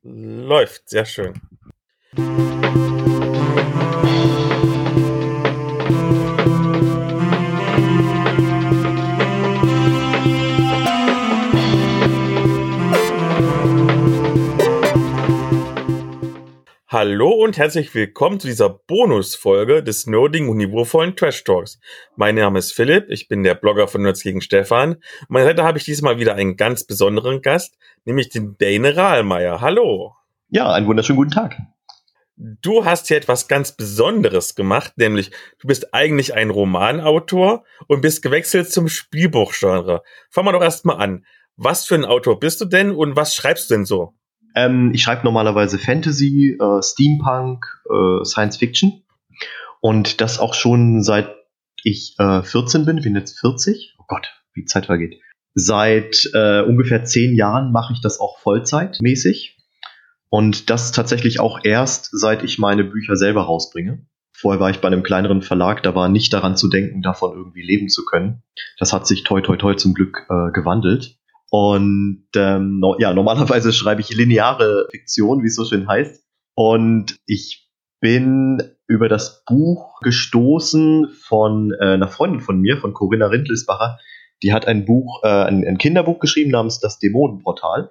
Läuft, sehr schön. Hallo und herzlich willkommen zu dieser Bonusfolge des nerdigen und niveauvollen Trash Talks. Mein Name ist Philipp, ich bin der Blogger von Nerds gegen Stefan. An meiner Seite habe ich diesmal wieder einen ganz besonderen Gast, nämlich den Dane Rahlmeier. Hallo. Ja, einen wunderschönen guten Tag. Du hast hier etwas ganz Besonderes gemacht, nämlich du bist eigentlich ein Romanautor und bist gewechselt zum Spielbuchgenre. Fangen wir doch erstmal an. Was für ein Autor bist du denn und was schreibst du denn so? Ich schreibe normalerweise Fantasy, Steampunk, Science Fiction und das auch schon seit ich 14 bin jetzt 40. Oh Gott, wie die Zeit vergeht. Seit ungefähr 10 Jahren mache ich das auch vollzeitmäßig und das tatsächlich auch erst, seit ich meine Bücher selber rausbringe. Vorher war ich bei einem kleineren Verlag, da war nicht daran zu denken, davon irgendwie leben zu können. Das hat sich toi toi toi zum Glück gewandelt. Und normalerweise schreibe ich lineare Fiktion, wie es so schön heißt. Und ich bin über das Buch gestoßen von einer Freundin von mir, von Corinna Rindlisbacher. Die hat ein Buch, ein Kinderbuch geschrieben namens Das Dämonenportal.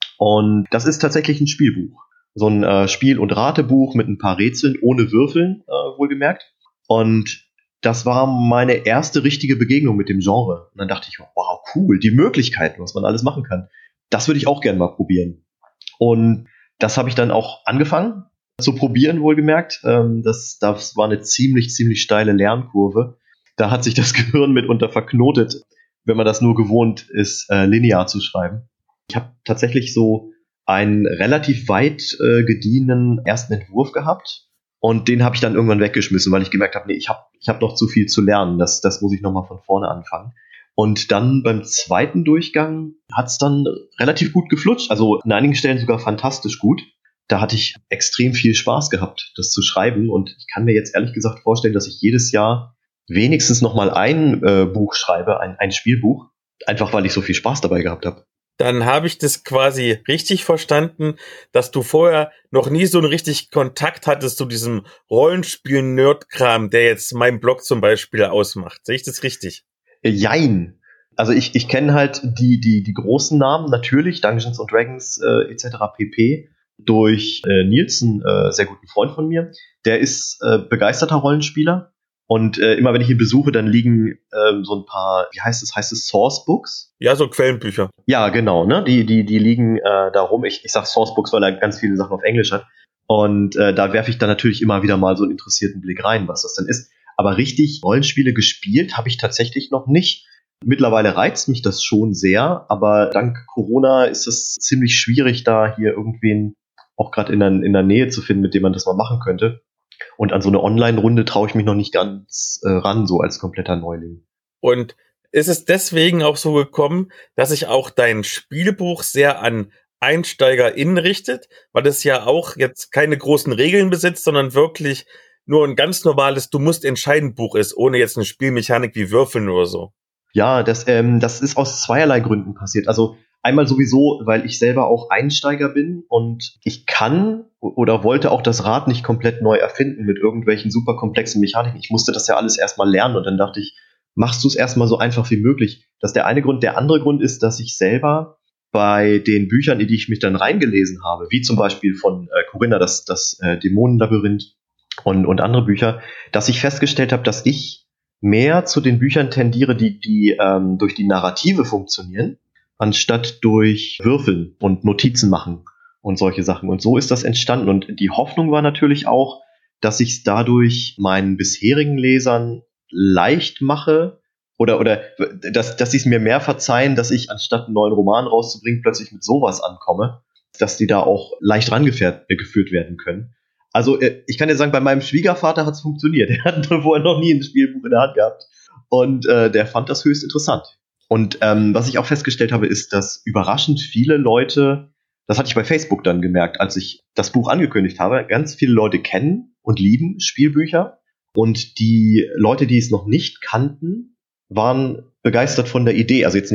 Und das ist tatsächlich ein Spielbuch. So ein Spiel- und Ratebuch mit ein paar Rätseln, ohne Würfeln, wohlgemerkt. Und das war meine erste richtige Begegnung mit dem Genre. Und dann dachte ich, wow, cool, die Möglichkeiten, was man alles machen kann. Das würde ich auch gerne mal probieren. Und das habe ich dann auch angefangen zu probieren, wohlgemerkt. Das war eine ziemlich steile Lernkurve. Da hat sich das Gehirn mitunter verknotet, wenn man das nur gewohnt ist, linear zu schreiben. Ich habe tatsächlich so einen relativ weit gediehenen ersten Entwurf gehabt. Und den habe ich dann irgendwann weggeschmissen, weil ich gemerkt habe, nee, ich hab noch zu viel zu lernen. Das muss ich nochmal von vorne anfangen. Und dann beim zweiten Durchgang hat es dann relativ gut geflutscht. Also an einigen Stellen sogar fantastisch gut. Da hatte ich extrem viel Spaß gehabt, das zu schreiben. Und ich kann mir jetzt ehrlich gesagt vorstellen, dass ich jedes Jahr wenigstens nochmal ein Buch schreibe, ein Spielbuch. Einfach weil ich so viel Spaß dabei gehabt habe. Dann habe ich das quasi richtig verstanden, dass du vorher noch nie so einen richtig Kontakt hattest zu diesem Rollenspiel-Nerd-Kram, der jetzt meinen Blog zum Beispiel ausmacht. Sehe ich das richtig? Jein. Also ich kenne halt die großen Namen, natürlich, Dungeons and Dragons etc. pp. Durch Nielsen, sehr guten Freund von mir. Der ist begeisterter Rollenspieler. Und immer wenn ich ihn besuche, dann liegen so ein paar, wie heißt es? Heißt es Sourcebooks? Ja, so Quellenbücher. Ja, genau, ne? Die liegen da rum. Ich sag Sourcebooks, weil er ganz viele Sachen auf Englisch hat. Und da werfe ich dann natürlich immer wieder mal so einen interessierten Blick rein, was das denn ist. Aber richtig Rollenspiele gespielt habe ich tatsächlich noch nicht. Mittlerweile reizt mich das schon sehr, aber dank Corona ist es ziemlich schwierig, da hier irgendwen auch gerade in der Nähe zu finden, mit dem man das mal machen könnte. Und an so eine Online-Runde traue ich mich noch nicht ganz ran, so als kompletter Neuling. Und ist es deswegen auch so gekommen, dass sich auch dein Spielbuch sehr an EinsteigerInnen richtet, weil es ja auch jetzt keine großen Regeln besitzt, sondern wirklich nur ein ganz normales Du musst entscheiden Buch ist, ohne jetzt eine Spielmechanik wie Würfeln oder so. Ja, das ist aus zweierlei Gründen passiert. Also einmal sowieso, weil ich selber auch Einsteiger bin und ich kann oder wollte auch das Rad nicht komplett neu erfinden mit irgendwelchen super komplexen Mechaniken. Ich musste das ja alles erstmal lernen und dann dachte ich, machst du es erstmal so einfach wie möglich. Das ist der eine Grund. Der andere Grund ist, dass ich selber bei den Büchern, in die ich mich dann reingelesen habe, wie zum Beispiel von Corinna, das Dämonenlabyrinth und andere Bücher, dass ich festgestellt habe, dass ich mehr zu den Büchern tendiere, die durch die Narrative funktionieren, anstatt durch Würfeln und Notizen machen und solche Sachen. Und so ist das entstanden. Und die Hoffnung war natürlich auch, dass ich es dadurch meinen bisherigen Lesern leicht mache oder dass sie es mir mehr verzeihen, dass ich anstatt einen neuen Roman rauszubringen, plötzlich mit sowas ankomme, dass die da auch leicht rangeführt werden können. Also ich kann dir sagen, bei meinem Schwiegervater hat es funktioniert. Er hat vorher noch nie ein Spielbuch in der Hand gehabt. Und der fand das höchst interessant. Und was ich auch festgestellt habe, ist, dass überraschend viele Leute, das hatte ich bei Facebook dann gemerkt, als ich das Buch angekündigt habe, ganz viele Leute kennen und lieben Spielbücher. Und die Leute, die es noch nicht kannten, waren begeistert von der Idee. Also jetzt nicht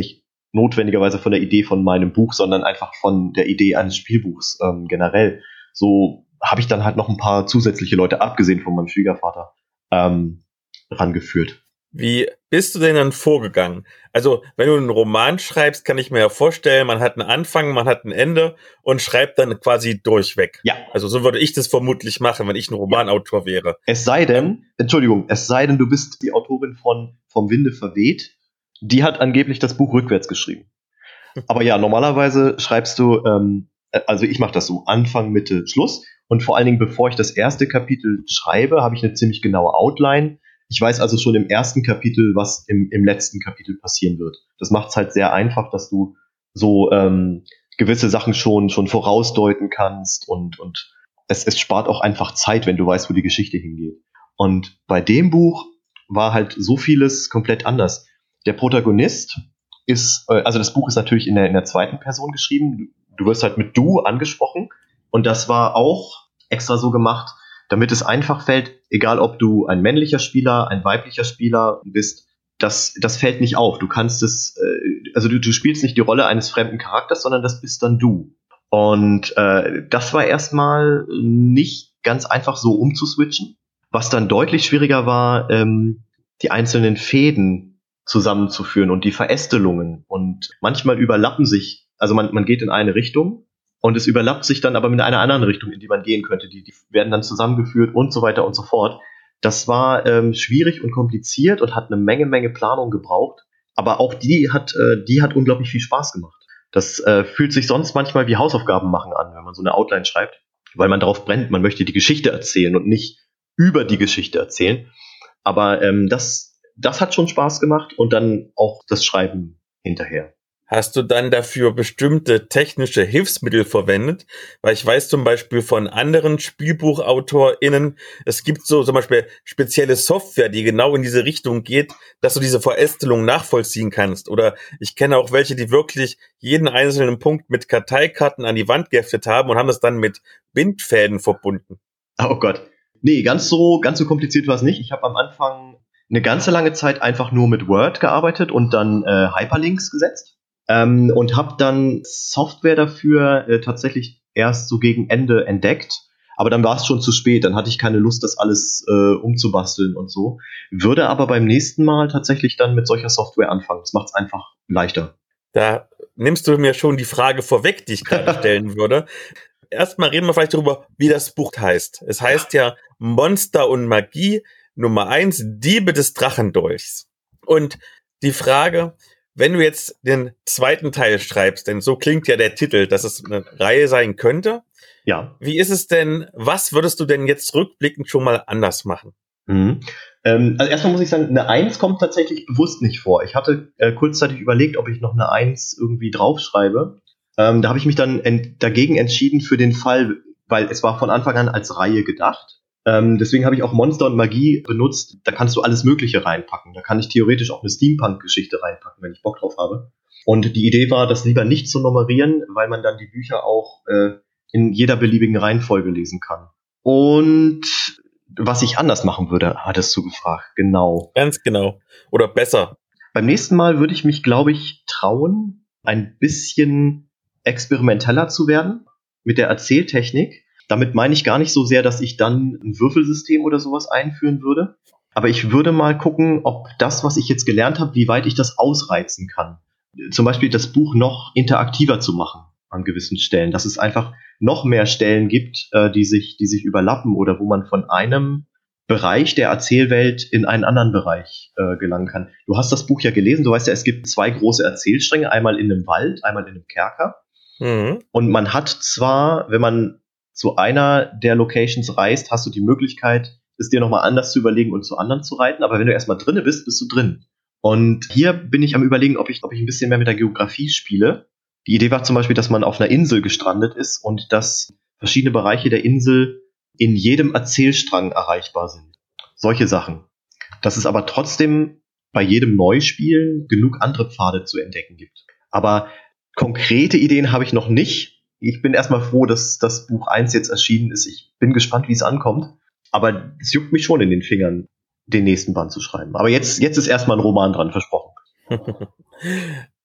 notwendigerweise von der Idee von meinem Buch, sondern einfach von der Idee eines Spielbuchs generell. So habe ich dann halt noch ein paar zusätzliche Leute, abgesehen von meinem Schwiegervater, rangeführt. Wie bist du denn dann vorgegangen? Also, wenn du einen Roman schreibst, kann ich mir ja vorstellen, man hat einen Anfang, man hat ein Ende und schreibt dann quasi durchweg. Ja. Also so würde ich das vermutlich machen, wenn ich ein Romanautor wäre. Es sei denn, du bist die Autorin von Vom Winde verweht. Die hat angeblich das Buch rückwärts geschrieben. Aber ja, normalerweise schreibst du, also ich mache das so, Anfang, Mitte, Schluss. Und vor allen Dingen, bevor ich das erste Kapitel schreibe, habe ich eine ziemlich genaue Outline. Ich weiß also schon im ersten Kapitel, was im letzten Kapitel passieren wird. Das macht es halt sehr einfach, dass du so gewisse Sachen schon vorausdeuten kannst und es spart auch einfach Zeit, wenn du weißt, wo die Geschichte hingeht. Und bei dem Buch war halt so vieles komplett anders. Der Protagonist ist, also das Buch ist natürlich in der zweiten Person geschrieben. Du wirst halt mit du angesprochen. Und das war auch extra so gemacht, damit es einfach fällt, egal ob du ein männlicher Spieler, ein weiblicher Spieler bist, das fällt nicht auf. Du kannst es, also du spielst nicht die Rolle eines fremden Charakters, sondern das bist dann du. Und das war erstmal nicht ganz einfach so umzuswitchen. Was dann deutlich schwieriger war, die einzelnen Fäden zusammenzuführen und die Verästelungen. Und manchmal überlappen sich, also man geht in eine Richtung und es überlappt sich dann aber mit einer anderen Richtung, in die man gehen könnte. Die werden dann zusammengeführt und so weiter und so fort. Das war schwierig und kompliziert und hat eine Menge Planung gebraucht. Aber auch die hat unglaublich viel Spaß gemacht. Das fühlt sich sonst manchmal wie Hausaufgaben machen an, wenn man so eine Outline schreibt, weil man darauf brennt, man möchte die Geschichte erzählen und nicht über die Geschichte erzählen. Aber das hat schon Spaß gemacht und dann auch das Schreiben hinterher. Hast du dann dafür bestimmte technische Hilfsmittel verwendet? Weil ich weiß zum Beispiel von anderen SpielbuchautorInnen, es gibt so zum Beispiel spezielle Software, die genau in diese Richtung geht, dass du diese Verästelung nachvollziehen kannst. Oder ich kenne auch welche, die wirklich jeden einzelnen Punkt mit Karteikarten an die Wand geheftet haben und haben es dann mit Bindfäden verbunden. Oh Gott. Nee, ganz so kompliziert war es nicht. Ich habe am Anfang eine ganze lange Zeit einfach nur mit Word gearbeitet und dann Hyperlinks gesetzt. Und habe dann Software dafür tatsächlich erst so gegen Ende entdeckt. Aber dann war es schon zu spät. Dann hatte ich keine Lust, das alles umzubasteln und so. Würde aber beim nächsten Mal tatsächlich dann mit solcher Software anfangen. Das macht es einfach leichter. Da nimmst du mir schon die Frage vorweg, die ich gerade stellen würde. Erstmal reden wir vielleicht darüber, wie das Buch heißt. Es heißt ja Monster und Magie Nummer 1, Diebe des Drachendolchs. Und die Frage, wenn du jetzt den zweiten Teil schreibst, denn so klingt ja der Titel, dass es eine Reihe sein könnte. Ja. Wie ist es denn, was würdest du denn jetzt rückblickend schon mal anders machen? Also erstmal muss ich sagen, eine 1 kommt tatsächlich bewusst nicht vor. Ich hatte kurzzeitig überlegt, ob ich noch eine 1 irgendwie draufschreibe. Da habe ich mich dann dagegen entschieden für den Fall, weil es war von Anfang an als Reihe gedacht. Deswegen habe ich auch Monster und Magie benutzt. Da kannst du alles Mögliche reinpacken. Da kann ich theoretisch auch eine Steampunk-Geschichte reinpacken, wenn ich Bock drauf habe. Und die Idee war, das lieber nicht zu nummerieren, weil man dann die Bücher auch in jeder beliebigen Reihenfolge lesen kann. Und was ich anders machen würde, hattest du gefragt. Genau. Ganz genau. Oder besser. Beim nächsten Mal würde ich mich, glaube ich, trauen, ein bisschen experimenteller zu werden mit der Erzähltechnik. Damit meine ich gar nicht so sehr, dass ich dann ein Würfelsystem oder sowas einführen würde. Aber ich würde mal gucken, ob das, was ich jetzt gelernt habe, wie weit ich das ausreizen kann. Zum Beispiel das Buch noch interaktiver zu machen an gewissen Stellen. Dass es einfach noch mehr Stellen gibt, die sich überlappen oder wo man von einem Bereich der Erzählwelt in einen anderen Bereich gelangen kann. Du hast das Buch ja gelesen, du weißt ja, es gibt 2 große Erzählstränge, einmal in einem Wald, einmal in einem Kerker. Mhm. Und man hat zwar, wenn man zu einer der Locations reist, hast du die Möglichkeit, es dir nochmal anders zu überlegen und zu anderen zu reiten. Aber wenn du erstmal drinne bist, bist du drin. Und hier bin ich am Überlegen, ob ich ein bisschen mehr mit der Geografie spiele. Die Idee war zum Beispiel, dass man auf einer Insel gestrandet ist und dass verschiedene Bereiche der Insel in jedem Erzählstrang erreichbar sind. Solche Sachen. Dass es aber trotzdem bei jedem Neuspiel genug andere Pfade zu entdecken gibt. Aber konkrete Ideen habe ich noch nicht. Ich bin erstmal froh, dass das Buch 1 jetzt erschienen ist. Ich bin gespannt, wie es ankommt. Aber es juckt mich schon in den Fingern, den nächsten Band zu schreiben. Aber jetzt ist erstmal ein Roman dran, versprochen.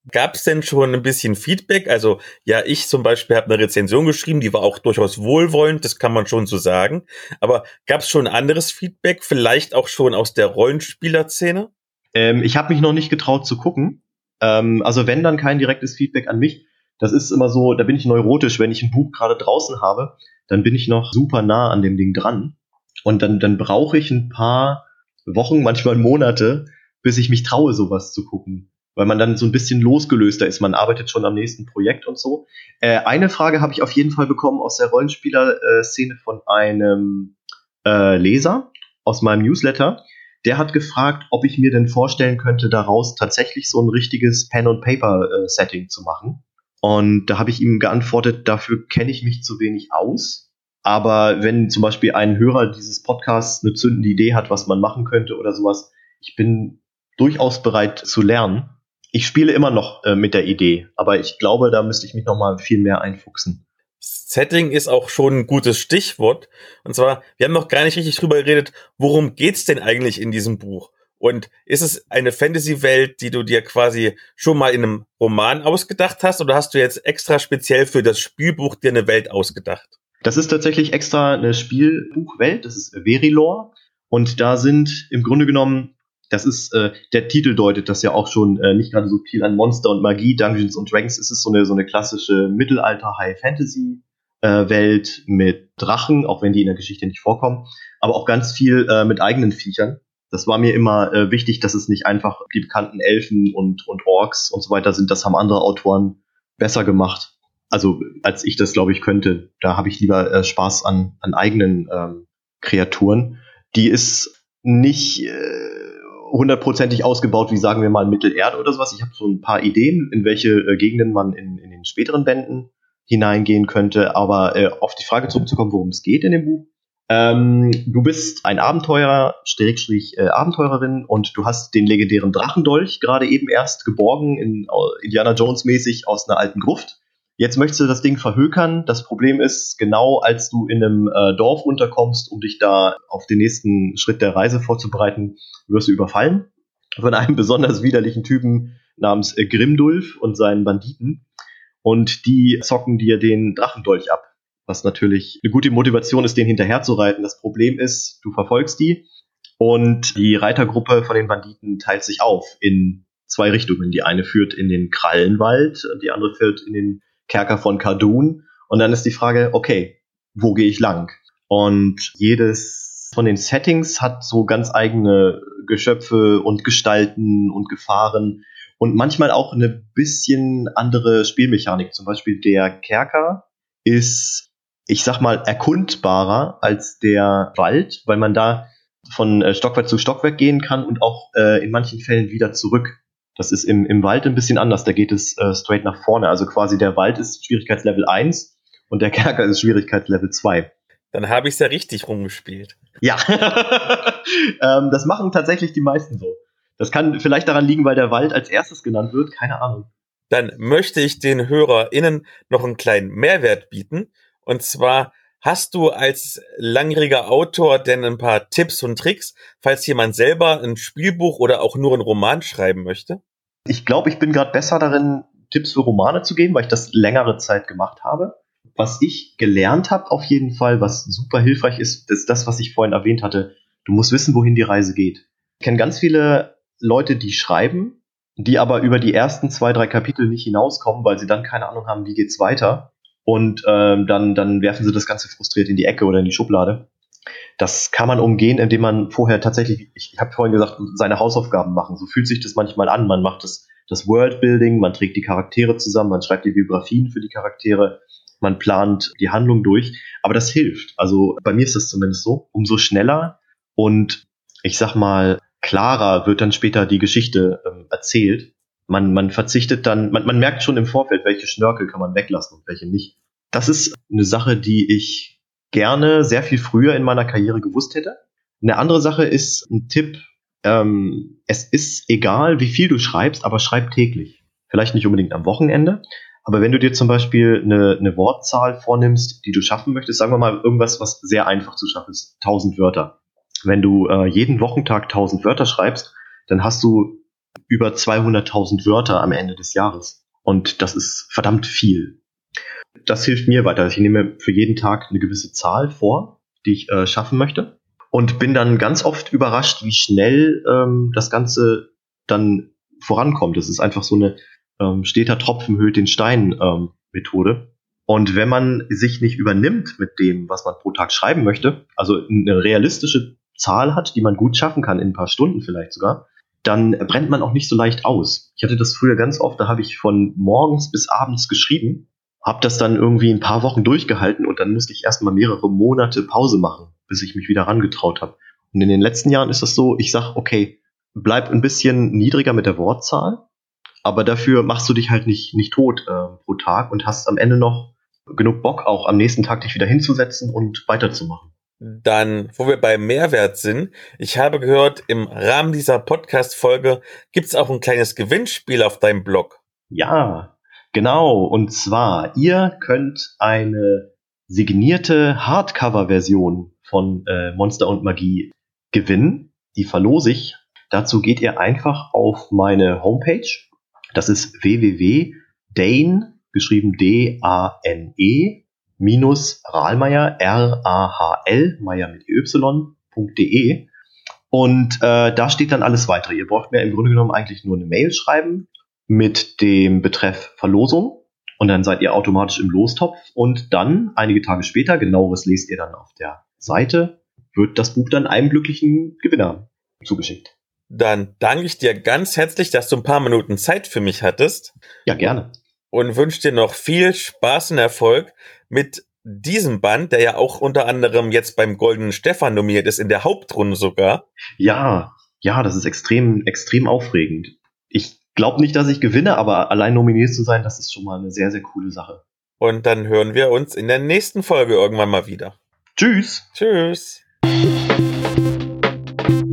Gab es denn schon ein bisschen Feedback? Also ja, ich zum Beispiel habe eine Rezension geschrieben, die war auch durchaus wohlwollend, das kann man schon so sagen. Aber gab es schon anderes Feedback, vielleicht auch schon aus der Rollenspielerszene? Ich habe mich noch nicht getraut zu gucken. Also wenn, dann kein direktes Feedback an mich. Das ist immer so, da bin ich neurotisch. Wenn ich ein Buch gerade draußen habe, dann bin ich noch super nah an dem Ding dran. Und dann brauche ich ein paar Wochen, manchmal Monate, bis ich mich traue, sowas zu gucken. Weil man dann so ein bisschen losgelöster ist. Man arbeitet schon am nächsten Projekt und so. Eine Frage habe ich auf jeden Fall bekommen aus der Rollenspieler-Szene von einem Leser aus meinem Newsletter. Der hat gefragt, ob ich mir denn vorstellen könnte, daraus tatsächlich so ein richtiges Pen-and-Paper-Setting zu machen. Und da habe ich ihm geantwortet, dafür kenne ich mich zu wenig aus. Aber wenn zum Beispiel ein Hörer dieses Podcasts eine zündende Idee hat, was man machen könnte oder sowas, ich bin durchaus bereit zu lernen. Ich spiele immer noch mit der Idee, aber ich glaube, da müsste ich mich noch mal viel mehr einfuchsen. Setting ist auch schon ein gutes Stichwort. Und zwar, wir haben noch gar nicht richtig drüber geredet, worum geht's denn eigentlich in diesem Buch? Und ist es eine Fantasy-Welt, die du dir quasi schon mal in einem Roman ausgedacht hast, oder hast du jetzt extra speziell für das Spielbuch dir eine Welt ausgedacht? Das ist tatsächlich extra eine Spielbuchwelt, das ist Verilore. Und da sind im Grunde genommen, das ist, der Titel deutet das ja auch schon nicht gerade subtil an Monster und Magie, Dungeons und Dragons. Es ist so eine klassische Mittelalter-High-Fantasy-Welt mit Drachen, auch wenn die in der Geschichte nicht vorkommen, aber auch ganz viel mit eigenen Viechern. Das war mir immer wichtig, dass es nicht einfach die bekannten Elfen und Orks und so weiter sind. Das haben andere Autoren besser gemacht. Also als ich das, glaube ich, könnte. Da habe ich lieber Spaß an eigenen Kreaturen. Die ist nicht hundertprozentig ausgebaut, wie sagen wir mal Mittelerde oder sowas. Ich habe so ein paar Ideen, in welche Gegenden man in den späteren Bänden hineingehen könnte. Aber auf die Frage zurückzukommen, worum es geht in dem Buch. Du bist ein Abenteurer, Abenteurerin, und du hast den legendären Drachendolch gerade eben erst geborgen, Indiana Jones mäßig aus einer alten Gruft. Jetzt möchtest du das Ding verhökern. Das Problem ist, genau als du in einem Dorf unterkommst, um dich da auf den nächsten Schritt der Reise vorzubereiten, wirst du überfallen von einem besonders widerlichen Typen namens Grimdulf und seinen Banditen. Und die zocken dir den Drachendolch ab, was natürlich eine gute Motivation ist, den hinterherzureiten. Das Problem ist, du verfolgst die und die Reitergruppe von den Banditen teilt sich auf in zwei Richtungen. Die eine führt in den Krallenwald, die andere führt in den Kerker von Kardun. Und dann ist die Frage, okay, wo gehe ich lang? Und jedes von den Settings hat so ganz eigene Geschöpfe und Gestalten und Gefahren und manchmal auch eine bisschen andere Spielmechanik. Zum Beispiel der Kerker ist, ich sag mal, erkundbarer als der Wald, weil man da von Stockwerk zu Stockwerk gehen kann und auch in manchen Fällen wieder zurück. Das ist im Wald ein bisschen anders, da geht es straight nach vorne. Also quasi der Wald ist Schwierigkeitslevel 1 und der Kerker ist Schwierigkeitslevel 2. Dann habe ich es ja richtig rumgespielt. Ja, das machen tatsächlich die meisten so. Das kann vielleicht daran liegen, weil der Wald als erstes genannt wird, keine Ahnung. Dann möchte ich den HörerInnen noch einen kleinen Mehrwert bieten. Und zwar, hast du als langjähriger Autor denn ein paar Tipps und Tricks, falls jemand selber ein Spielbuch oder auch nur einen Roman schreiben möchte? Ich glaube, ich bin gerade besser darin, Tipps für Romane zu geben, weil ich das längere Zeit gemacht habe. Was ich gelernt habe auf jeden Fall, was super hilfreich ist, ist das, was ich vorhin erwähnt hatte. Du musst wissen, wohin die Reise geht. Ich kenne ganz viele Leute, die schreiben, die aber über die ersten 2, 3 Kapitel nicht hinauskommen, weil sie dann keine Ahnung haben, wie geht's weiter. Und dann werfen sie das Ganze frustriert in die Ecke oder in die Schublade. Das kann man umgehen, indem man vorher tatsächlich, ich habe vorhin gesagt, seine Hausaufgaben machen. So fühlt sich das manchmal an. Man macht das Worldbuilding, man trägt die Charaktere zusammen, man schreibt die Biografien für die Charaktere, man plant die Handlung durch. Aber das hilft. Also bei mir ist das zumindest so. Umso schneller und ich sag mal klarer wird dann später die Geschichte erzählt. Man verzichtet dann, man merkt schon im Vorfeld, welche Schnörkel kann man weglassen und welche nicht. Das ist eine Sache, die ich gerne sehr viel früher in meiner Karriere gewusst hätte. Eine andere Sache ist ein Tipp, es ist egal, wie viel du schreibst, aber schreib täglich. Vielleicht nicht unbedingt am Wochenende, aber wenn du dir zum Beispiel eine Wortzahl vornimmst, die du schaffen möchtest, sagen wir mal irgendwas, was sehr einfach zu schaffen ist, 1000 Wörter. Wenn du jeden Wochentag 1000 Wörter schreibst, dann hast du über 200.000 Wörter am Ende des Jahres. Und das ist verdammt viel. Das hilft mir weiter. Ich nehme für jeden Tag eine gewisse Zahl vor, die ich schaffen möchte. Und bin dann ganz oft überrascht, wie schnell das Ganze dann vorankommt. Das ist einfach so eine steter Tropfen höhlt den Stein Methode. Und wenn man sich nicht übernimmt mit dem, was man pro Tag schreiben möchte, also eine realistische Zahl hat, die man gut schaffen kann, in ein paar Stunden vielleicht sogar, dann brennt man auch nicht so leicht aus. Ich hatte das früher ganz oft, da habe ich von morgens bis abends geschrieben, habe das dann irgendwie ein paar Wochen durchgehalten und dann musste ich erstmal mehrere Monate Pause machen, bis ich mich wieder rangetraut habe. Und in den letzten Jahren ist das so, ich sag, okay, bleib ein bisschen niedriger mit der Wortzahl, aber dafür machst du dich halt nicht tot pro Tag und hast am Ende noch genug Bock, auch am nächsten Tag dich wieder hinzusetzen und weiterzumachen. Dann, wo wir bei Mehrwert sind, ich habe gehört, im Rahmen dieser Podcast-Folge gibt's auch ein kleines Gewinnspiel auf deinem Blog. Ja, genau. Und zwar, ihr könnt eine signierte Hardcover-Version von Monster und Magie gewinnen. Die verlose ich. Dazu geht ihr einfach auf meine Homepage. Das ist www.dane, geschrieben D-A-N-E, Rahlmeier, R-A-H-L, Meier mit y.de. Und da steht dann alles weitere. Ihr braucht mir im Grunde genommen eigentlich nur eine Mail schreiben mit dem Betreff Verlosung. Und dann seid ihr automatisch im Lostopf. Und dann, einige Tage später, genaueres lest ihr dann auf der Seite, wird das Buch dann einem glücklichen Gewinner zugeschickt. Dann danke ich dir ganz herzlich, dass du ein paar Minuten Zeit für mich hattest. Ja, gerne. Und wünsche dir noch viel Spaß und Erfolg mit diesem Band, der ja auch unter anderem jetzt beim Goldenen Stefan nominiert ist, in der Hauptrunde sogar. Ja, das ist extrem aufregend. Ich glaube nicht, dass ich gewinne, aber allein nominiert zu sein, das ist schon mal eine sehr, sehr coole Sache. Und dann hören wir uns in der nächsten Folge irgendwann mal wieder. Tschüss. Tschüss.